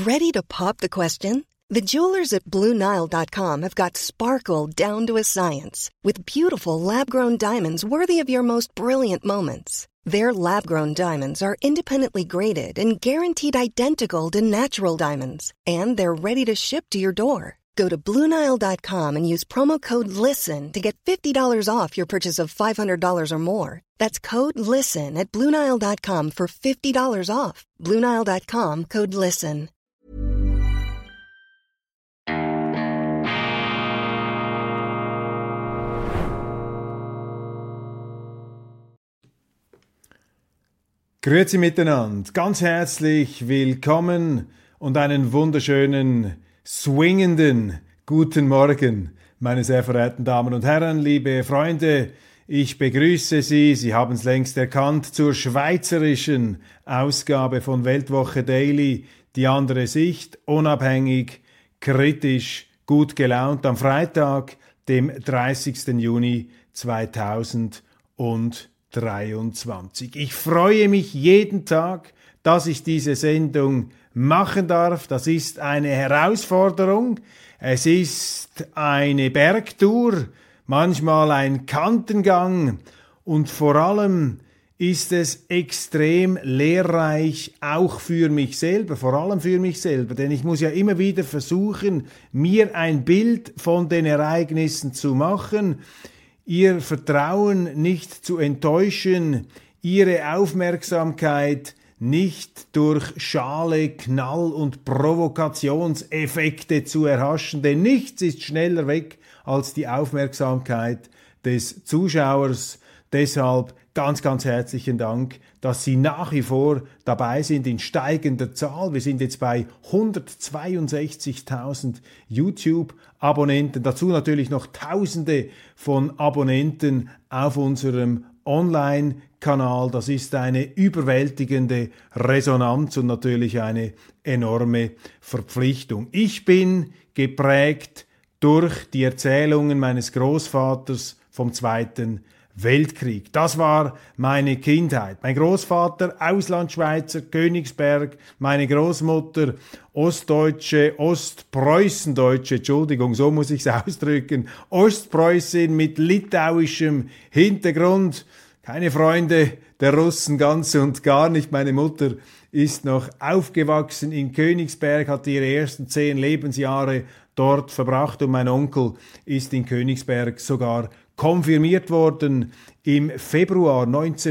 Ready to pop the question? The jewelers at BlueNile.com have got sparkle down to a science with beautiful lab-grown diamonds worthy of your most brilliant moments. Their lab-grown diamonds are independently graded and guaranteed identical to natural diamonds, and they're ready to ship to your door. Go to BlueNile.com and use promo code LISTEN to get $50 off your purchase of $500 or more. That's code LISTEN at BlueNile.com for $50 off. BlueNile.com, code LISTEN. Grüezi miteinander, ganz herzlich willkommen und einen wunderschönen, swingenden guten Morgen, meine sehr verehrten Damen und Herren, liebe Freunde. Ich begrüße Sie, Sie haben es längst erkannt, zur schweizerischen Ausgabe von Weltwoche Daily, die andere Sicht, unabhängig, kritisch, gut gelaunt, am Freitag, dem 30. Juni 2023. Ich freue mich jeden Tag, dass ich diese Sendung machen darf. Das ist eine Herausforderung. Es ist eine Bergtour, manchmal ein Kantengang und vor allem ist es extrem lehrreich, auch für mich selber, vor allem für mich selber, denn ich muss ja immer wieder versuchen, mir ein Bild von den Ereignissen zu machen, Ihr Vertrauen nicht zu enttäuschen, Ihre Aufmerksamkeit nicht durch Schale, Knall- und Provokationseffekte zu erhaschen, denn nichts ist schneller weg als die Aufmerksamkeit des Zuschauers. Deshalb ganz, ganz herzlichen Dank, dass Sie nach wie vor dabei sind in steigender Zahl. Wir sind jetzt bei 162.000 YouTube-Abonnenten, dazu natürlich noch Tausende von Abonnenten auf unserem Online-Kanal. Das ist eine überwältigende Resonanz und natürlich eine enorme Verpflichtung. Ich bin geprägt durch die Erzählungen meines Großvaters vom Zweiten Weltkrieg. Das war meine Kindheit. Mein Großvater, Auslandschweizer, Königsberg, meine Großmutter, Ostpreußendeutsche, Entschuldigung, so muss ich es ausdrücken, Ostpreußin mit litauischem Hintergrund, keine Freunde der Russen ganz und gar nicht. Meine Mutter ist noch aufgewachsen in Königsberg, hat ihre ersten 10 Lebensjahre dort verbracht und mein Onkel ist in Königsberg sogar konfirmiert worden im Februar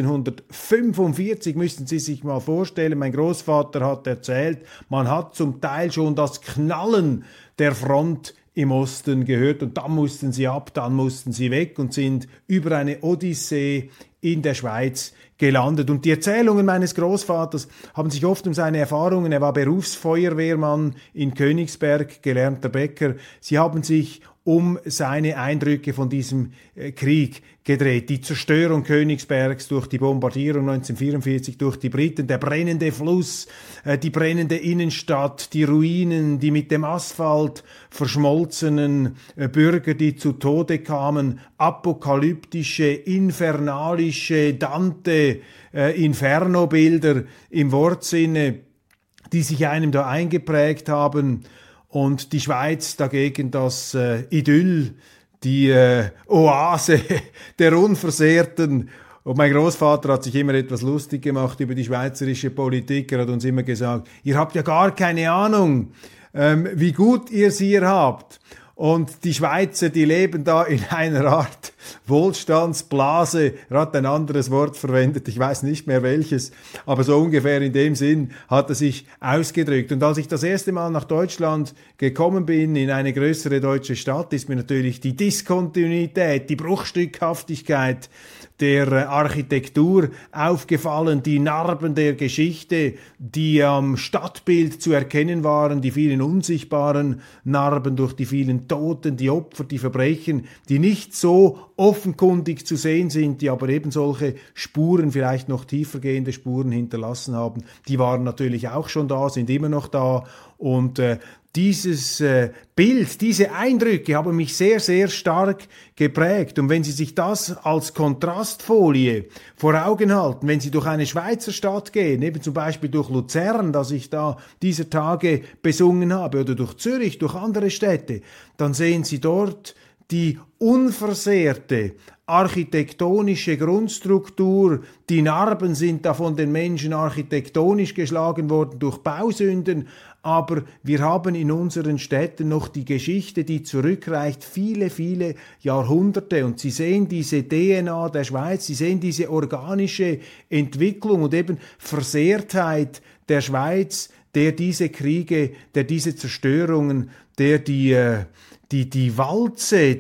1945, müssten Sie sich mal vorstellen. Mein Großvater hat erzählt, man hat zum Teil schon das Knallen der Front im Osten gehört und dann mussten sie ab, dann mussten sie weg und sind über eine Odyssee in der Schweiz gelandet. Und die Erzählungen meines Großvaters haben sich oft um seine Erfahrungen, er war Berufsfeuerwehrmann in Königsberg, gelernter Bäcker, sie haben sich um seine Eindrücke von diesem Krieg gedreht. Die Zerstörung Königsbergs durch die Bombardierung 1944 durch die Briten, der brennende Fluss, die brennende Innenstadt, die Ruinen, die mit dem Asphalt verschmolzenen Bürger, die zu Tode kamen, apokalyptische, infernalische Dante, Inferno-Bilder im Wortsinne, die sich einem da eingeprägt haben. Und die Schweiz dagegen das Idyll, die Oase der Unversehrten. Und mein Großvater hat sich immer etwas lustig gemacht über die schweizerische Politik. Er hat uns immer gesagt, ihr habt ja gar keine Ahnung, wie gut ihr sie hier habt. Und die Schweizer, die leben da in einer Art Wohlstandsblase. Er hat ein anderes Wort verwendet, ich weiß nicht mehr welches, aber so ungefähr in dem Sinn hat er sich ausgedrückt. Und als ich das erste Mal nach Deutschland gekommen bin, in eine größere deutsche Stadt, ist mir natürlich die Diskontinuität, die Bruchstückhaftigkeit der Architektur aufgefallen, die Narben der Geschichte, die am Stadtbild zu erkennen waren, die vielen unsichtbaren Narben durch die vielen Toten, die Opfer, die Verbrechen, die nicht so offenkundig zu sehen sind, die aber eben solche Spuren, vielleicht noch tiefergehende Spuren hinterlassen haben, die waren natürlich auch schon da, sind immer noch da und dieses Bild, diese Eindrücke haben mich sehr, sehr stark geprägt. Und wenn Sie sich das als Kontrastfolie vor Augen halten, wenn Sie durch eine Schweizer Stadt gehen, eben zum Beispiel durch Luzern, das ich da dieser Tage besungen habe, oder durch Zürich, durch andere Städte, dann sehen Sie dort die unversehrte architektonische Grundstruktur. Die Narben sind da von den Menschen architektonisch geschlagen worden durch Bausünden, aber wir haben in unseren Städten noch die Geschichte, die zurückreicht viele, viele Jahrhunderte. Und Sie sehen diese DNA der Schweiz, Sie sehen diese organische Entwicklung und eben Versehrtheit der Schweiz, der diese Kriege, der diese Zerstörungen, der die Walze,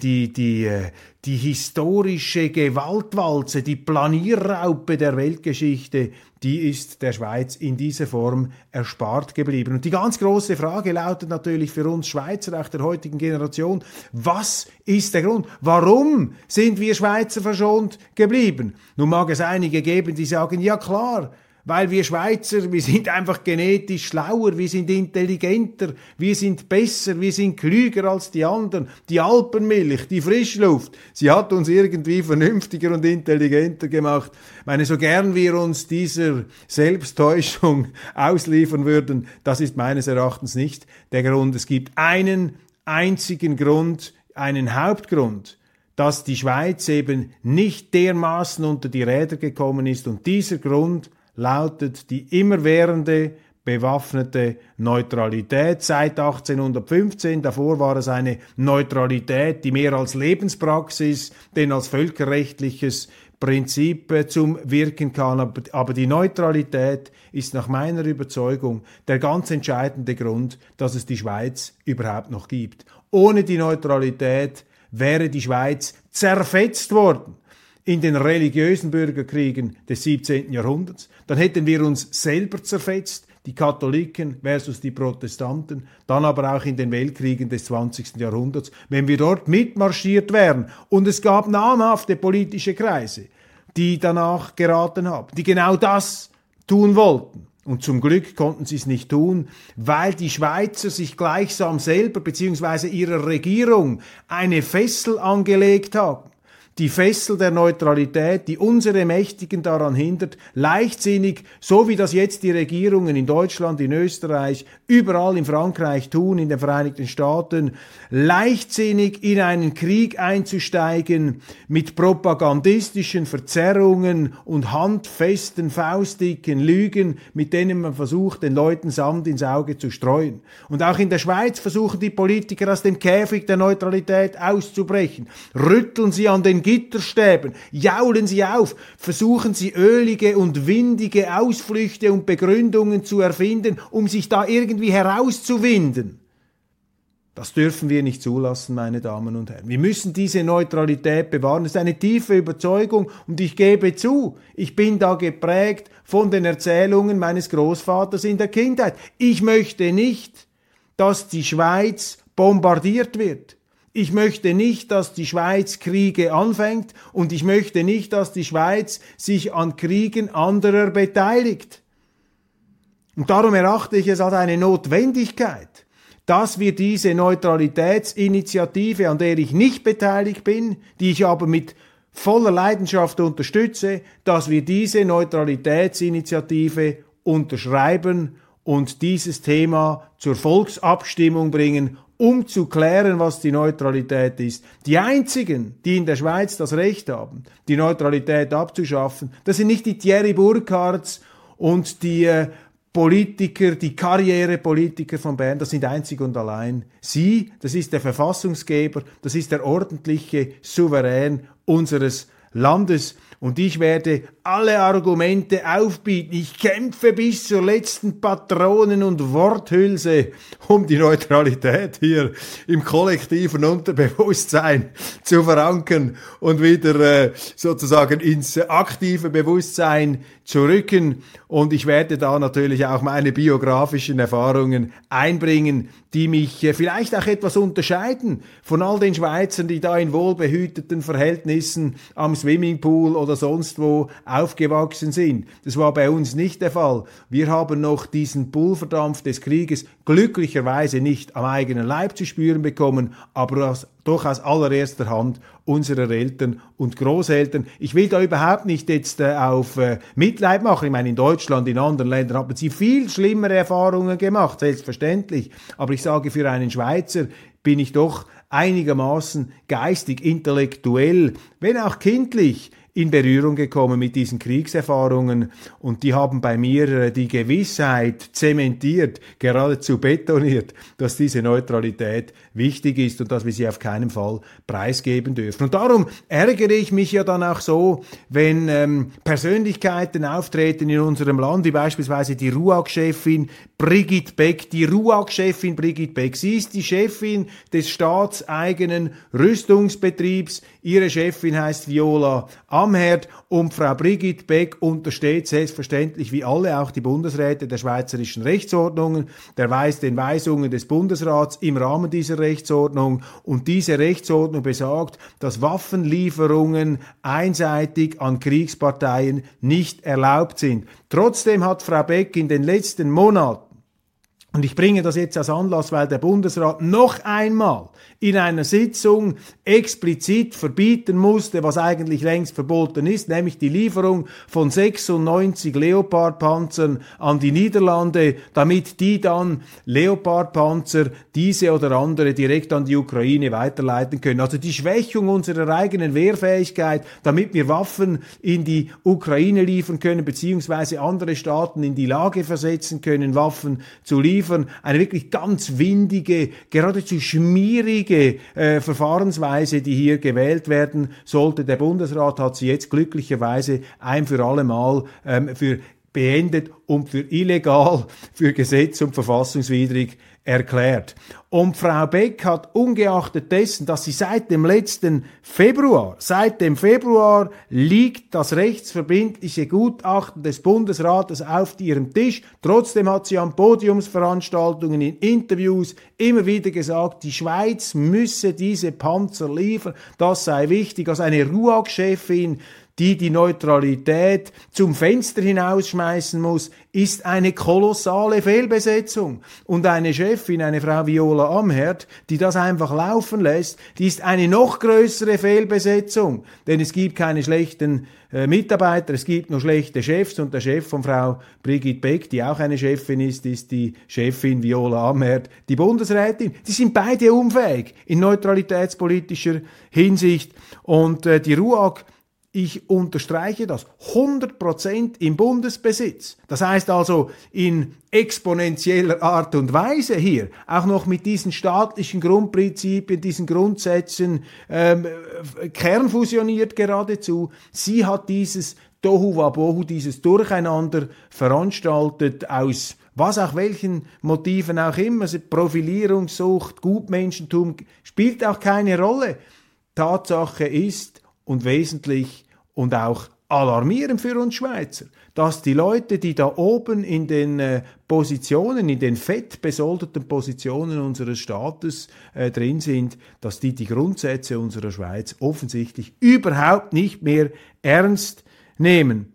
die historische Gewaltwalze, die Planierraupe der Weltgeschichte, die ist der Schweiz in dieser Form erspart geblieben. Und die ganz große Frage lautet natürlich für uns Schweizer, auch der heutigen Generation, was ist der Grund? Warum sind wir Schweizer verschont geblieben? Nun mag es einige geben, die sagen, ja klar, weil wir Schweizer, wir sind einfach genetisch schlauer, wir sind intelligenter, wir sind besser, wir sind klüger als die anderen. Die Alpenmilch, die Frischluft, sie hat uns irgendwie vernünftiger und intelligenter gemacht. Ich meine, so gern wir uns dieser Selbsttäuschung ausliefern würden, das ist meines Erachtens nicht der Grund. Es gibt einen einzigen Grund, einen Hauptgrund, dass die Schweiz eben nicht dermaßen unter die Räder gekommen ist, und dieser Grund lautet die immerwährende bewaffnete Neutralität seit 1815. Davor war es eine Neutralität, die mehr als Lebenspraxis denn als völkerrechtliches Prinzip zum Wirken kann. Aber die Neutralität ist nach meiner Überzeugung der ganz entscheidende Grund, dass es die Schweiz überhaupt noch gibt. Ohne die Neutralität wäre die Schweiz zerfetzt worden in den religiösen Bürgerkriegen des 17. Jahrhunderts. Dann hätten wir uns selber zerfetzt, die Katholiken versus die Protestanten, dann aber auch in den Weltkriegen des 20. Jahrhunderts, wenn wir dort mitmarschiert wären. Und es gab namhafte politische Kreise, die danach geraten haben, die genau das tun wollten. Und zum Glück konnten sie es nicht tun, weil die Schweizer sich gleichsam selber bzw. ihrer Regierung eine Fessel angelegt haben. Die Fessel der Neutralität, die unsere Mächtigen daran hindert, leichtsinnig, so wie das jetzt die Regierungen in Deutschland, in Österreich, überall in Frankreich tun, in den Vereinigten Staaten, leichtsinnig in einen Krieg einzusteigen mit propagandistischen Verzerrungen und handfesten, faustdicken Lügen, mit denen man versucht, den Leuten Sand ins Auge zu streuen. Und auch in der Schweiz versuchen die Politiker aus dem Käfig der Neutralität auszubrechen. Rütteln sie an den Gitterstäben, jaulen sie auf, versuchen sie ölige und windige Ausflüchte und Begründungen zu erfinden, um sich da irgendwie herauszuwinden. Das dürfen wir nicht zulassen, meine Damen und Herren. Wir müssen diese Neutralität bewahren. Das ist eine tiefe Überzeugung, und ich gebe zu, ich bin da geprägt von den Erzählungen meines Großvaters in der Kindheit. Ich möchte nicht, dass die Schweiz bombardiert wird. Ich möchte nicht, dass die Schweiz Kriege anfängt, und ich möchte nicht, dass die Schweiz sich an Kriegen anderer beteiligt. Und darum erachte ich es als eine Notwendigkeit, dass wir diese Neutralitätsinitiative, an der ich nicht beteiligt bin, die ich aber mit voller Leidenschaft unterstütze, dass wir diese Neutralitätsinitiative unterschreiben und dieses Thema zur Volksabstimmung bringen, um zu klären, was die Neutralität ist. Die einzigen, die in der Schweiz das Recht haben, die Neutralität abzuschaffen, das sind nicht die Thierry Burkhards und die Politiker, die Karrierepolitiker von Bern, das sind einzig und allein Sie, das ist der Verfassungsgeber, das ist der ordentliche Souverän unseres Landes. Und ich werde alle Argumente aufbieten. Ich kämpfe bis zur letzten Patronen- und Worthülse, um die Neutralität hier im kollektiven Unterbewusstsein zu verankern und wieder sozusagen ins aktive Bewusstsein zu rücken. Und ich werde da natürlich auch meine biografischen Erfahrungen einbringen, die mich vielleicht auch etwas unterscheiden von all den Schweizern, die da in wohlbehüteten Verhältnissen am Swimmingpool oder sonst wo aufgewachsen sind. Das war bei uns nicht der Fall. Wir haben noch diesen Pulverdampf des Krieges glücklicherweise nicht am eigenen Leib zu spüren bekommen, aber doch aus allererster Hand unserer Eltern und Großeltern. Ich will da überhaupt nicht jetzt auf Mitleid machen. Ich meine, in Deutschland, in anderen Ländern haben sie viel schlimmere Erfahrungen gemacht, selbstverständlich. Aber ich sage, für einen Schweizer bin ich doch einigermaßen geistig, intellektuell, wenn auch kindlich, in Berührung gekommen mit diesen Kriegserfahrungen, und die haben bei mir die Gewissheit zementiert, geradezu betoniert, dass diese Neutralität wichtig ist und dass wir sie auf keinen Fall preisgeben dürfen. Und darum ärgere ich mich ja dann auch so, wenn Persönlichkeiten auftreten in unserem Land, wie beispielsweise die RUAG-Chefin Brigitte Beck. Die RUAG-Chefin Brigitte Beck, sie ist die Chefin des staatseigenen Rüstungsbetriebs. Ihre Chefin heißt Viola Amherd, und Frau Brigitte Beck untersteht selbstverständlich wie alle auch die Bundesräte der schweizerischen Rechtsordnungen, den Weisungen des Bundesrats im Rahmen dieser Rechtsordnung, und diese Rechtsordnung besagt, dass Waffenlieferungen einseitig an Kriegsparteien nicht erlaubt sind. Trotzdem hat Frau Beck in den letzten Monaten, und ich bringe das jetzt als Anlass, weil der Bundesrat noch einmal in einer Sitzung explizit verbieten musste, was eigentlich längst verboten ist, nämlich die Lieferung von 96 Leopard-Panzern an die Niederlande, damit die dann Leopard-Panzer, diese oder andere, direkt an die Ukraine weiterleiten können. Also die Schwächung unserer eigenen Wehrfähigkeit, damit wir Waffen in die Ukraine liefern können, beziehungsweise andere Staaten in die Lage versetzen können, Waffen zu liefern. Eine wirklich ganz windige, geradezu schmierige Verfahrensweise, die hier gewählt werden sollte. Der Bundesrat hat sie jetzt glücklicherweise ein für alle Mal für beendet und für illegal, für gesetz- und verfassungswidrig erklärt. Und Frau Beck hat ungeachtet dessen, dass sie seit dem Februar liegt das rechtsverbindliche Gutachten des Bundesrates auf ihrem Tisch. Trotzdem hat sie an Podiumsveranstaltungen, in Interviews immer wieder gesagt, die Schweiz müsse diese Panzer liefern, das sei wichtig. Als eine RUAG-Chefin, die Neutralität zum Fenster hinausschmeißen muss, ist eine kolossale Fehlbesetzung. Und eine Chefin, eine Frau Viola Amherd, die das einfach laufen lässt, die ist eine noch größere Fehlbesetzung. Denn es gibt keine schlechten Mitarbeiter, es gibt nur schlechte Chefs, und der Chef von Frau Brigitte Beck, die auch eine Chefin ist die Chefin Viola Amherd, die Bundesrätin. Die sind beide unfähig in neutralitätspolitischer Hinsicht. Und die RUAG, ich unterstreiche das, 100% im Bundesbesitz. Das heißt also in exponentieller Art und Weise hier, auch noch mit diesen staatlichen Grundprinzipien, diesen Grundsätzen kernfusioniert geradezu. Sie hat dieses Tohu Wabohu, dieses Durcheinander veranstaltet aus welchen Motiven auch immer, Profilierungssucht, Gutmenschentum, spielt auch keine Rolle. Tatsache ist, und wesentlich und auch alarmierend für uns Schweizer, dass die Leute, die da oben in den Positionen, in den fettbesoldeten Positionen unseres Staates drin sind, dass die Grundsätze unserer Schweiz offensichtlich überhaupt nicht mehr ernst nehmen.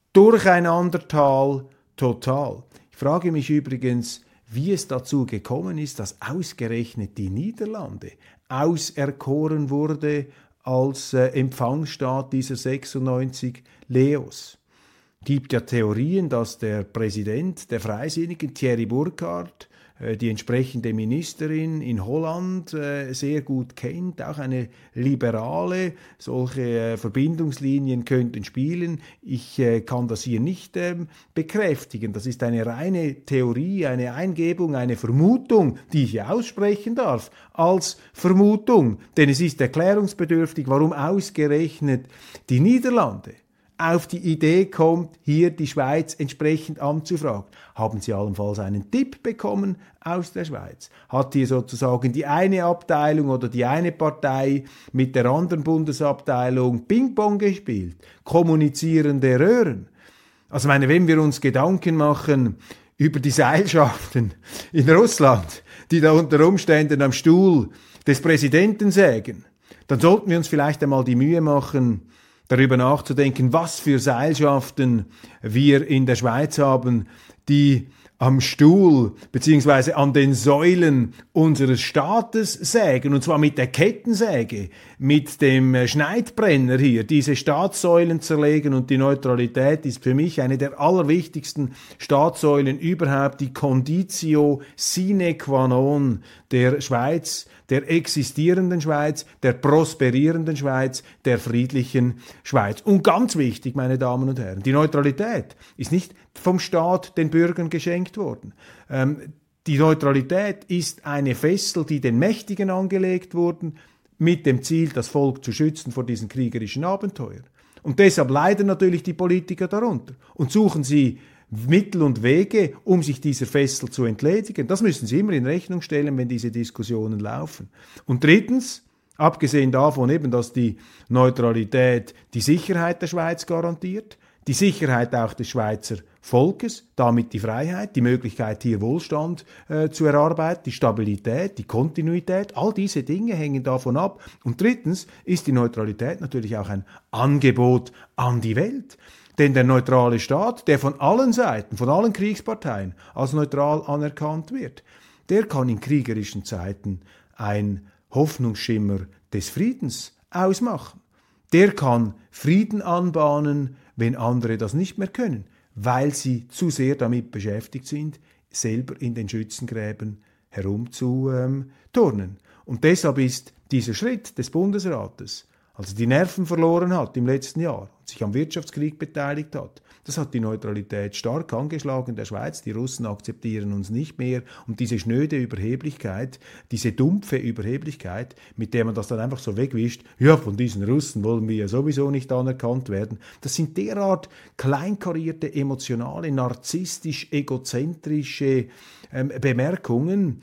Durcheinandertal total. Ich frage mich übrigens, wie es dazu gekommen ist, dass ausgerechnet die Niederlande auserkoren wurde als Empfangsstaat dieser 96 Leos. Gibt ja Theorien, dass der Präsident der Freisinnigen, Thierry Burkhardt, die entsprechende Ministerin in Holland sehr gut kennt, auch eine Liberale. Solche Verbindungslinien könnten spielen. Ich kann das hier nicht bekräftigen. Das ist eine reine Theorie, eine Eingebung, eine Vermutung, die ich hier aussprechen darf, als Vermutung. Denn es ist erklärungsbedürftig, warum ausgerechnet die Niederlande auf die Idee kommt, hier die Schweiz entsprechend anzufragen. Haben Sie allenfalls einen Tipp bekommen aus der Schweiz? Hat hier sozusagen die eine Abteilung oder die eine Partei mit der anderen Bundesabteilung Ping-Pong gespielt? Kommunizierende Röhren? Also wenn wir uns Gedanken machen über die Seilschaften in Russland, die da unter Umständen am Stuhl des Präsidenten sägen, dann sollten wir uns vielleicht einmal die Mühe machen, darüber nachzudenken, was für Seilschaften wir in der Schweiz haben, die am Stuhl bzw. an den Säulen unseres Staates sägen, und zwar mit der Kettensäge, mit dem Schneidbrenner hier, diese Staatssäulen zerlegen. Und die Neutralität ist für mich eine der allerwichtigsten Staatssäulen überhaupt, die Conditio sine qua non der Schweiz, der existierenden Schweiz, der prosperierenden Schweiz, der friedlichen Schweiz. Und ganz wichtig, meine Damen und Herren, die Neutralität ist nicht vom Staat den Bürgern geschenkt worden. Die Neutralität ist eine Fessel, die den Mächtigen angelegt wurde, mit dem Ziel, das Volk zu schützen vor diesen kriegerischen Abenteuern. Und deshalb leiden natürlich die Politiker darunter und suchen sie Mittel und Wege, um sich dieser Fessel zu entledigen. Das müssen sie immer in Rechnung stellen, wenn diese Diskussionen laufen. Und drittens, abgesehen davon eben, dass die Neutralität die Sicherheit der Schweiz garantiert, die Sicherheit auch des Schweizer Volkes, damit die Freiheit, die Möglichkeit, hier Wohlstand zu erarbeiten, die Stabilität, die Kontinuität, all diese Dinge hängen davon ab. Und drittens ist die Neutralität natürlich auch ein Angebot an die Welt. Denn der neutrale Staat, der von allen Seiten, von allen Kriegsparteien als neutral anerkannt wird, der kann in kriegerischen Zeiten ein Hoffnungsschimmer des Friedens ausmachen. Der kann Frieden anbahnen, wenn andere das nicht mehr können, weil sie zu sehr damit beschäftigt sind, selber in den Schützengräben herumzuturnen. Und deshalb ist dieser Schritt des Bundesrates, als er die Nerven verloren hat im letzten Jahr und sich am Wirtschaftskrieg beteiligt hat, das hat die Neutralität stark angeschlagen in der Schweiz. Die Russen akzeptieren uns nicht mehr. Und diese schnöde Überheblichkeit, diese dumpfe Überheblichkeit, mit der man das dann einfach so wegwischt, ja, von diesen Russen wollen wir ja sowieso nicht anerkannt werden, das sind derart kleinkarierte, emotionale, narzisstisch-egozentrische Bemerkungen,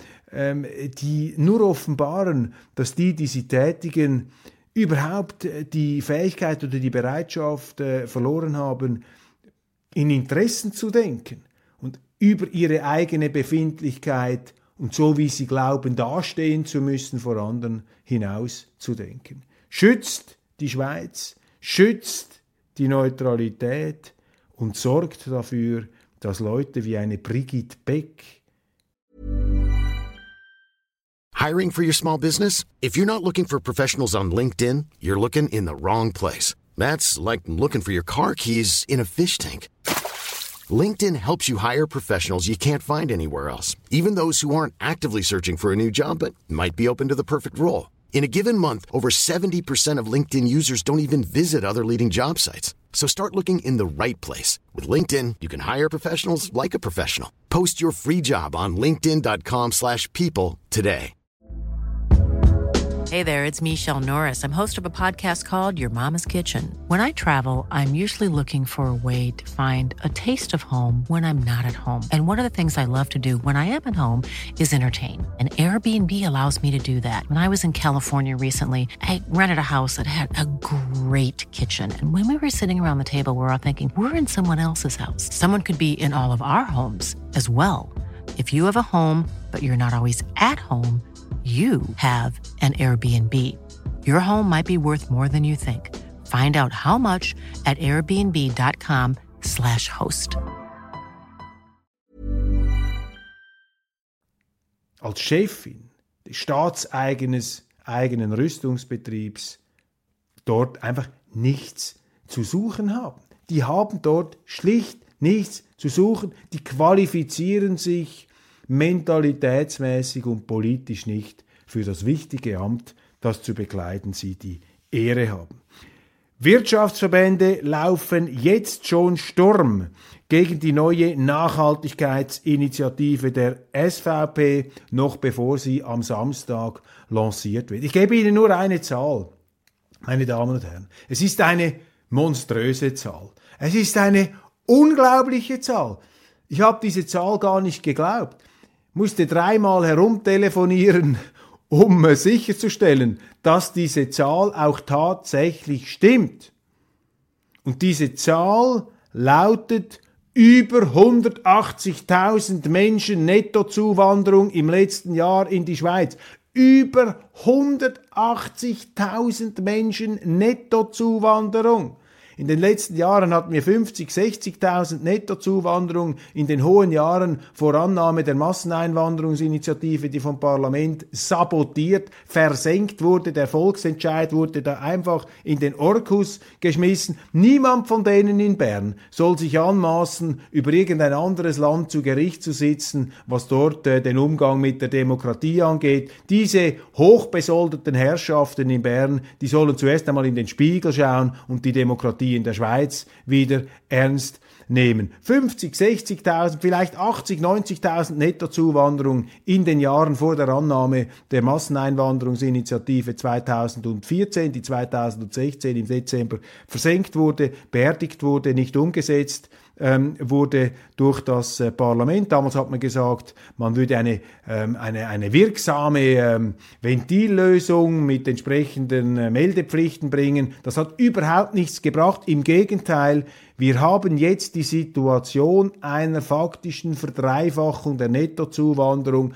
die nur offenbaren, dass die sie tätigen, überhaupt die Fähigkeit oder die Bereitschaft verloren haben, in Interessen zu denken und über ihre eigene Befindlichkeit und so, wie sie glauben, dastehen zu müssen, vor anderen hinaus zu denken. Schützt die Schweiz, schützt die Neutralität und sorgt dafür, dass Leute wie eine Brigitte Beck. Hiring for your small business? If you're not looking for professionals on LinkedIn, you're looking in the wrong place. That's like looking for your car keys in a fish tank. LinkedIn helps you hire professionals you can't find anywhere else, even those who aren't actively searching for a new job but might be open to the perfect role. In a given month, over 70% of LinkedIn users don't even visit other leading job sites. So start looking in the right place. With LinkedIn, you can hire professionals like a professional. Post your free job on linkedin.com/people today. Hey there, it's Michelle Norris. I'm host of a podcast called Your Mama's Kitchen. When I travel, I'm usually looking for a way to find a taste of home when I'm not at home. And one of the things I love to do when I am at home is entertain. And Airbnb allows me to do that. When I was in California recently, I rented a house that had a great kitchen. And when we were sitting around the table, we're all thinking, we're in someone else's house. Someone could be in all of our homes as well. If you have a home, but you're not always at home, you have an Airbnb. Your home might be worth more than you think. Find out how much at airbnb.com/host. Als Chefin des staatseigenen Rüstungsbetriebs dort einfach nichts zu suchen haben. Die haben dort schlicht nichts zu suchen. Die qualifizieren sich mentalitätsmäßig und politisch nicht für das wichtige Amt, das zu bekleiden sie die Ehre haben. Wirtschaftsverbände laufen jetzt schon Sturm gegen die neue Nachhaltigkeitsinitiative der SVP, noch bevor sie am Samstag lanciert wird. Ich gebe Ihnen nur eine Zahl, meine Damen und Herren. Es ist eine monströse Zahl. Es ist eine unglaubliche Zahl. Ich habe diese Zahl gar nicht geglaubt. Musste 3-mal herumtelefonieren, um sicherzustellen, dass diese Zahl auch tatsächlich stimmt. Und diese Zahl lautet über 180.000 Menschen Nettozuwanderung im letzten Jahr in die Schweiz. Über 180.000 Menschen Nettozuwanderung. In den letzten Jahren hatten wir 50.000, 60.000 Nettozuwanderung. In den hohen Jahren vor Annahme der Masseneinwanderungsinitiative, die vom Parlament sabotiert, versenkt wurde. Der Volksentscheid wurde da einfach in den Orkus geschmissen. Niemand von denen in Bern soll sich anmaßen, über irgendein anderes Land zu Gericht zu sitzen, was dort den Umgang mit der Demokratie angeht. Diese hochbesoldeten Herrschaften in Bern, die sollen zuerst einmal in den Spiegel schauen und die Demokratie in der Schweiz wieder ernst nehmen. 50, 60.000, vielleicht 80, 90.000 Nettozuwanderung in den Jahren vor der Annahme der Masseneinwanderungsinitiative 2014, die 2016 im Dezember versenkt wurde, beerdigt wurde, nicht umgesetzt wurde durch das Parlament. Damals hat man gesagt, man würde eine wirksame Ventillösung mit entsprechenden Meldepflichten bringen. Das hat überhaupt nichts gebracht. Im Gegenteil, wir haben jetzt die Situation einer faktischen Verdreifachung der Nettozuwanderung.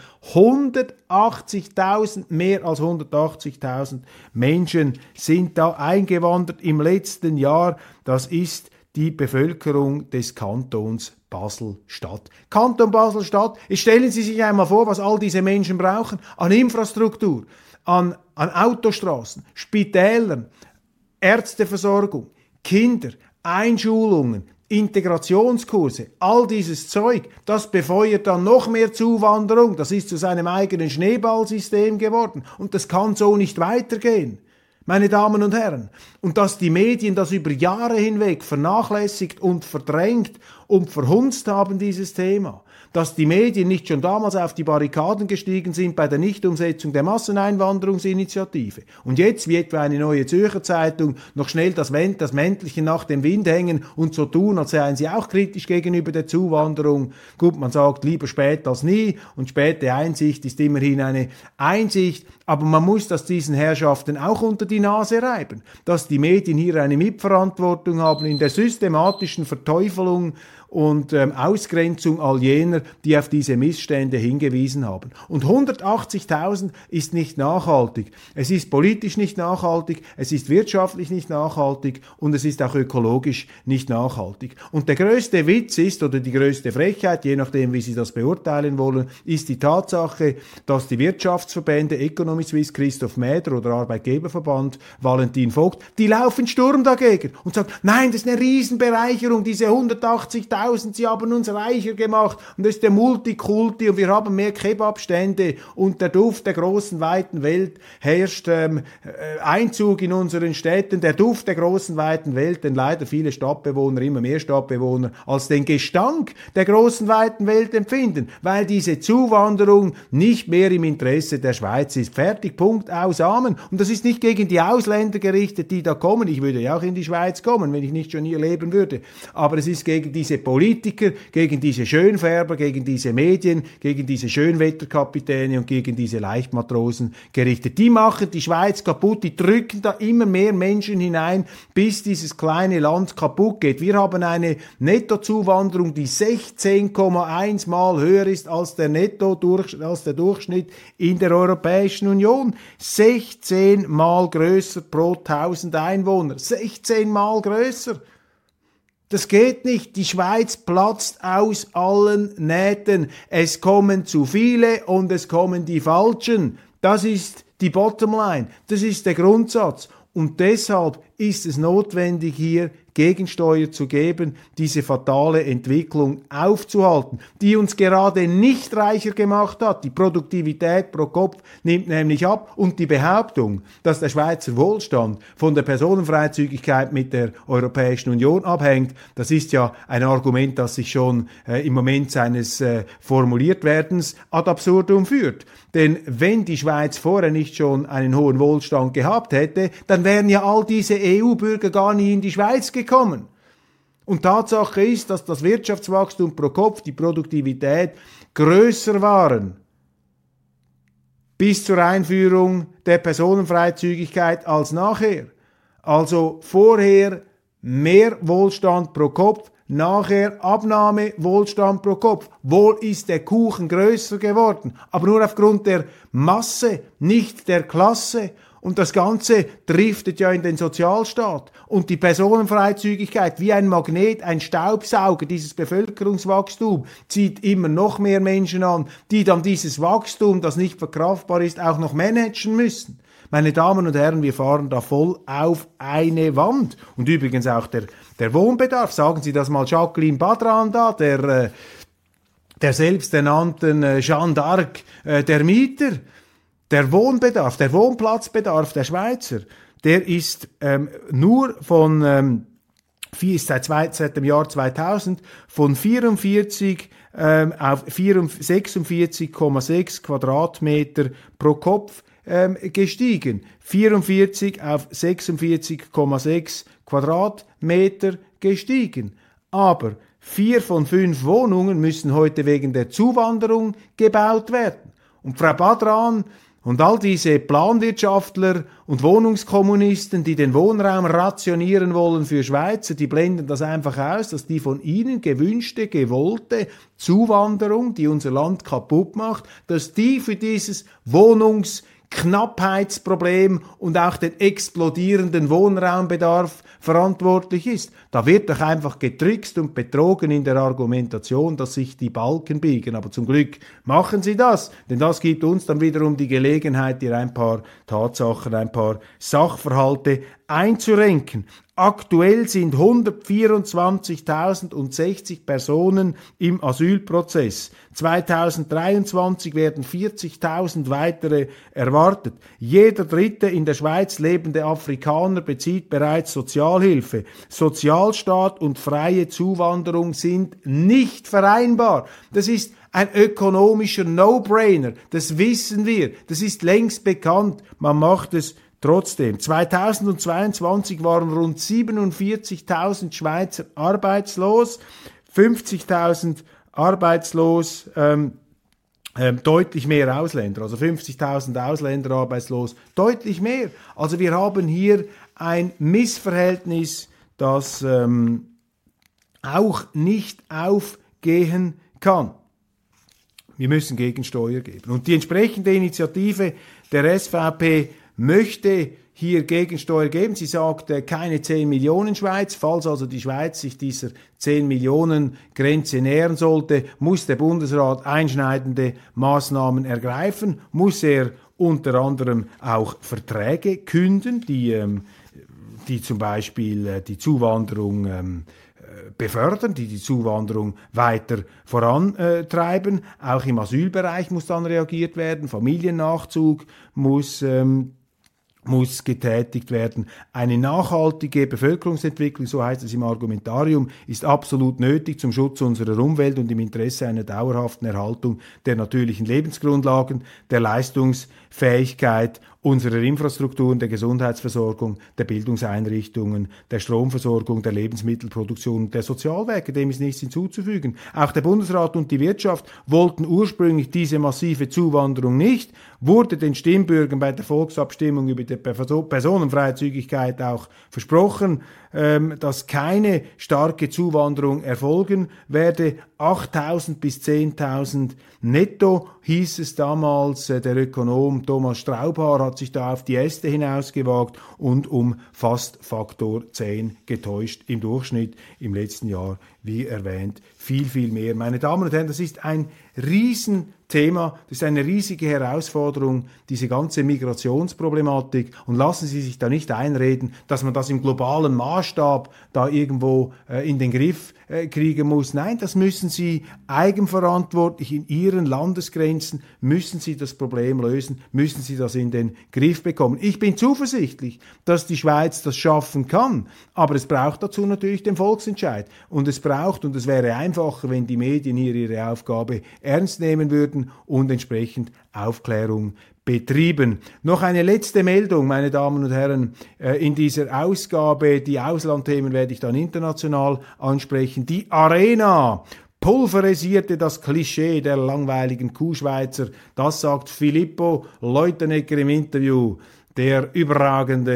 180.000, mehr als 180.000 Menschen sind da eingewandert im letzten Jahr. Das ist die Bevölkerung des Kantons Basel-Stadt. Kanton Basel-Stadt, jetzt stellen Sie sich einmal vor, was all diese Menschen brauchen an Infrastruktur, an Autostraßen, Spitälern, Ärzteversorgung, Kinder, Einschulungen, Integrationskurse, all dieses Zeug, das befeuert dann noch mehr Zuwanderung. Das ist zu seinem eigenen Schneeballsystem geworden und das kann so nicht weitergehen. Meine Damen und Herren, und dass die Medien das über Jahre hinweg vernachlässigt und verdrängt und verhunzt haben, dieses Thema, dass die Medien nicht schon damals auf die Barrikaden gestiegen sind bei der Nichtumsetzung der Masseneinwanderungsinitiative und jetzt, wie etwa eine Neue Zürcher Zeitung, noch schnell das Mäntelchen nach dem Wind hängen und so tun, als seien sie auch kritisch gegenüber der Zuwanderung. Gut, man sagt lieber spät als nie und späte Einsicht ist immerhin eine Einsicht, aber man muss das diesen Herrschaften auch unter die Nase reiben, dass die Medien hier eine Mitverantwortung haben in der systematischen Verteufelung und Ausgrenzung all jener, die auf diese Missstände hingewiesen haben. Und 180.000 ist nicht nachhaltig. Es ist politisch nicht nachhaltig, es ist wirtschaftlich nicht nachhaltig und es ist auch ökologisch nicht nachhaltig. Und der größte Witz ist, oder die größte Frechheit, je nachdem, wie Sie das beurteilen wollen, ist die Tatsache, dass die Wirtschaftsverbände Economy Suisse, Christoph Mäder oder Arbeitgeberverband Valentin Vogt, die laufen Sturm dagegen und sagen, nein, das ist eine Riesenbereicherung, diese 180.000, sie haben uns reicher gemacht und das ist der Multikulti und wir haben mehr Kebabstände und der Duft der großen, weiten Welt herrscht Einzug in unseren Städten, der Duft der großen, weiten Welt, denn leider viele Stadtbewohner, immer mehr Stadtbewohner, als den Gestank der großen, weiten Welt empfinden, weil diese Zuwanderung nicht mehr im Interesse der Schweiz ist. Fertig, Punkt, aus, Amen. Und das ist nicht gegen die Ausländer gerichtet, die da kommen. Ich würde ja auch in die Schweiz kommen, wenn ich nicht schon hier leben würde. Aber es ist gegen diese Politiker, gegen diese Schönfärber, gegen diese Medien, gegen diese Schönwetterkapitäne und gegen diese Leichtmatrosen gerichtet. Die machen die Schweiz kaputt, die drücken da immer mehr Menschen hinein, bis dieses kleine Land kaputt geht. Wir haben eine Nettozuwanderung, die 16,1 Mal höher ist als der Durchschnitt in der Europäischen Union. 16 Mal größer pro 1000 Einwohner. 16 Mal größer. Das geht nicht. Die Schweiz platzt aus allen Nähten. Es kommen zu viele und es kommen die Falschen. Das ist die Bottomline. Das ist der Grundsatz. Und deshalb ist es notwendig, hier Gegensteuer zu geben, diese fatale Entwicklung aufzuhalten, die uns gerade nicht reicher gemacht hat. Die Produktivität pro Kopf nimmt nämlich ab und die Behauptung, dass der Schweizer Wohlstand von der Personenfreizügigkeit mit der Europäischen Union abhängt, das ist ja ein Argument, das sich schon im Moment seines Formuliertwerdens ad absurdum führt. Denn wenn die Schweiz vorher nicht schon einen hohen Wohlstand gehabt hätte, dann wären ja all diese EU-Bürger gar nie in die Schweiz gekommen. Und Tatsache ist, dass das Wirtschaftswachstum pro Kopf, die Produktivität größer waren bis zur Einführung der Personenfreizügigkeit als nachher. Also vorher mehr Wohlstand pro Kopf, nachher Abnahme, Wohlstand pro Kopf. Wohl ist der Kuchen größer geworden, aber nur aufgrund der Masse, nicht der Klasse. Und das Ganze driftet ja in den Sozialstaat. Und die Personenfreizügigkeit, wie ein Magnet, ein Staubsauger, dieses Bevölkerungswachstum, zieht immer noch mehr Menschen an, die dann dieses Wachstum, das nicht verkraftbar ist, auch noch managen müssen. Meine Damen und Herren, wir fahren da voll auf eine Wand. Und übrigens auch der Wohnbedarf. Sagen Sie das mal Jacqueline Badran da, der selbsternannten Jeanne d'Arc der Mieter. Der Wohnbedarf, der Wohnplatzbedarf der Schweizer, der ist nur seit dem Jahr 2000 von 44 auf 46,6 Quadratmeter pro Kopf gestiegen. 44 auf 46,6 Quadratmeter gestiegen. Aber 4 von 5 Wohnungen müssen heute wegen der Zuwanderung gebaut werden. Und Frau Badran und all diese Planwirtschaftler und Wohnungskommunisten, die den Wohnraum rationieren wollen für Schweizer, die blenden das einfach aus, dass die von ihnen gewünschte, gewollte Zuwanderung, die unser Land kaputt macht, dass die für dieses Wohnungsknappheitsproblem und auch den explodierenden Wohnraumbedarf verantwortlich ist. Da wird doch einfach getrickst und betrogen in der Argumentation, dass sich die Balken biegen. Aber zum Glück machen sie das, denn das gibt uns dann wiederum die Gelegenheit, hier ein paar Tatsachen, ein paar Sachverhalte einzurenken. Aktuell sind 124.060 Personen im Asylprozess. 2023 werden 40.000 weitere erwartet. Jeder dritte in der Schweiz lebende Afrikaner bezieht bereits Sozialhilfe. Sozialstaat und freie Zuwanderung sind nicht vereinbar. Das ist ein ökonomischer No-Brainer. Das wissen wir. Das ist längst bekannt. Man macht es trotzdem. 2022 waren rund 47.000 Schweizer arbeitslos, 50.000 arbeitslos, deutlich mehr Ausländer, also 50.000 Ausländer arbeitslos, deutlich mehr. Also wir haben hier ein Missverhältnis, das auch nicht aufgehen kann. Wir müssen Gegensteuer geben. Und die entsprechende Initiative der SVP möchte hier Gegensteuer geben. Sie sagt, keine 10 Millionen Schweiz. Falls also die Schweiz sich dieser 10 Millionen Grenze nähern sollte, muss der Bundesrat einschneidende Maßnahmen ergreifen, muss er unter anderem auch Verträge künden, die zum Beispiel die Zuwanderung befördern, die Zuwanderung weiter vorantreiben. Auch im Asylbereich muss dann reagiert werden. Familiennachzug muss getätigt werden. Eine nachhaltige Bevölkerungsentwicklung, so heißt es im Argumentarium, ist absolut nötig zum Schutz unserer Umwelt und im Interesse einer dauerhaften Erhaltung der natürlichen Lebensgrundlagen, der Leistungsfähigkeit unserer Infrastrukturen, der Gesundheitsversorgung, der Bildungseinrichtungen, der Stromversorgung, der Lebensmittelproduktion, der Sozialwerke. Dem ist nichts hinzuzufügen. Auch der Bundesrat und die Wirtschaft wollten ursprünglich diese massive Zuwanderung nicht, wurde den Stimmbürgern bei der Volksabstimmung über die Personenfreizügigkeit auch versprochen, dass keine starke Zuwanderung erfolgen werde. 8.000 bis 10.000 netto hieß es damals. Der Ökonom Thomas Straubhaar hat sich da auf die Äste hinausgewagt und um fast Faktor 10 getäuscht im Durchschnitt im letzten Jahr, wie erwähnt, viel, viel mehr. Meine Damen und Herren, das ist ein Riesenthema, das ist eine riesige Herausforderung, diese ganze Migrationsproblematik. Und lassen Sie sich da nicht einreden, dass man das im globalen Maßstab da irgendwo in den Griff kriegen muss. Nein, das müssen Sie eigenverantwortlich in Ihren Landesgrenzen, müssen Sie das Problem lösen, müssen Sie das in den Griff bekommen. Ich bin zuversichtlich, dass die Schweiz das schaffen kann, aber es braucht dazu natürlich den Volksentscheid. Und es wäre einfacher, wenn die Medien hier ihre Aufgabe ernst nehmen würden und entsprechend Aufklärung betrieben. Noch eine letzte Meldung, meine Damen und Herren, in dieser Ausgabe. Die Auslandthemen werde ich dann international ansprechen. Die Arena pulverisierte das Klischee der langweiligen Kuhschweizer. Das sagt Filippo Leutenegger im Interview. Der überragende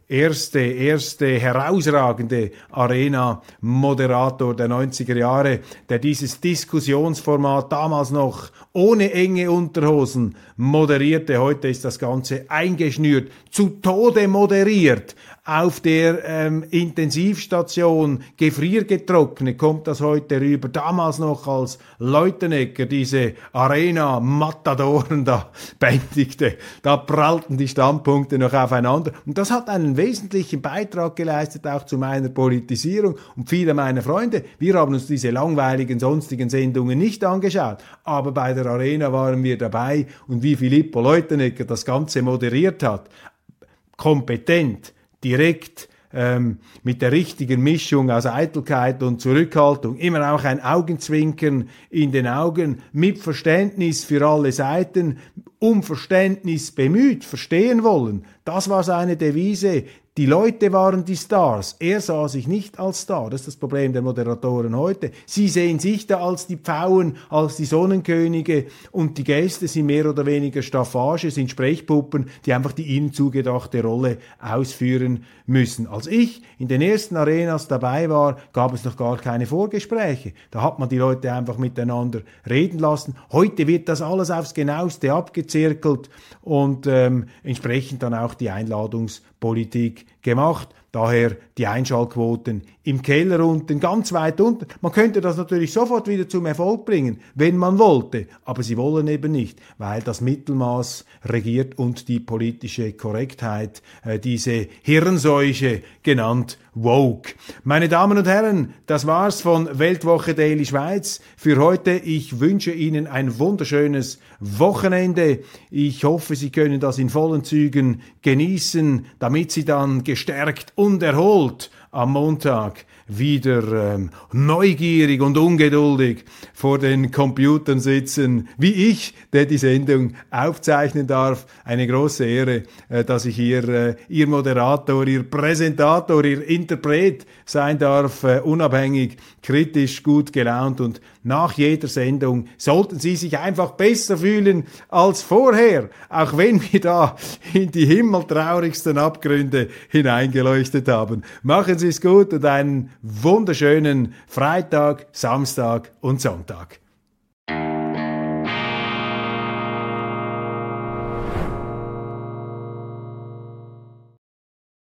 erste herausragende Arena-Moderator der 90er Jahre, der dieses Diskussionsformat damals noch ohne enge Unterhosen moderierte. Heute ist das Ganze eingeschnürt, zu Tode moderiert. Auf der Intensivstation gefriergetrocknet kommt das heute rüber. Damals noch als Leutenegger diese Arena-Matadoren da bändigte. Da prallten die Standpunkte noch aufeinander. Und das hat einen wesentlichen Beitrag geleistet, auch zu meiner Politisierung. Und viele meiner Freunde, wir haben uns diese langweiligen sonstigen Sendungen nicht angeschaut. Aber bei der Arena waren wir dabei. Und wie Filippo Leutenegger das Ganze moderiert hat, kompetent, direkt, mit der richtigen Mischung aus Eitelkeit und Zurückhaltung, immer auch ein Augenzwinkern in den Augen, mit Verständnis für alle Seiten, um Verständnis bemüht, verstehen wollen. Das war seine Devise. Die Leute waren die Stars. Er sah sich nicht als Star. Das ist das Problem der Moderatoren heute. Sie sehen sich da als die Pfauen, als die Sonnenkönige, und die Gäste sind mehr oder weniger Staffage, sind Sprechpuppen, die einfach die ihnen zugedachte Rolle ausführen müssen. Als ich in den ersten Arenas dabei war, gab es noch gar keine Vorgespräche. Da hat man die Leute einfach miteinander reden lassen. Heute wird das alles aufs Genaueste abgezirkelt und entsprechend dann auch die Einladungspolitik gemacht. Daher die Einschaltquoten im Keller unten, ganz weit unten. Man könnte das natürlich sofort wieder zum Erfolg bringen, wenn man wollte. Aber sie wollen eben nicht, weil das Mittelmaß regiert und die politische Korrektheit, diese Hirnseuche genannt Woke. Meine Damen und Herren, das war's von Weltwoche Daily Schweiz für heute. Ich wünsche Ihnen ein wunderschönes Wochenende. Ich hoffe, Sie können das in vollen Zügen genießen, damit Sie dann gestärkt und erholt am Montag wieder neugierig und ungeduldig vor den Computern sitzen, wie ich, der die Sendung aufzeichnen darf. Eine große Ehre, dass ich hier Ihr Moderator, Ihr Präsentator, Ihr Interpret sein darf, unabhängig, kritisch, gut gelaunt, und nach jeder Sendung sollten Sie sich einfach besser fühlen als vorher, auch wenn wir da in die himmeltraurigsten Abgründe hineingeleuchtet haben. Machen Sie es gut und einen wunderschönen Freitag, Samstag und Sonntag.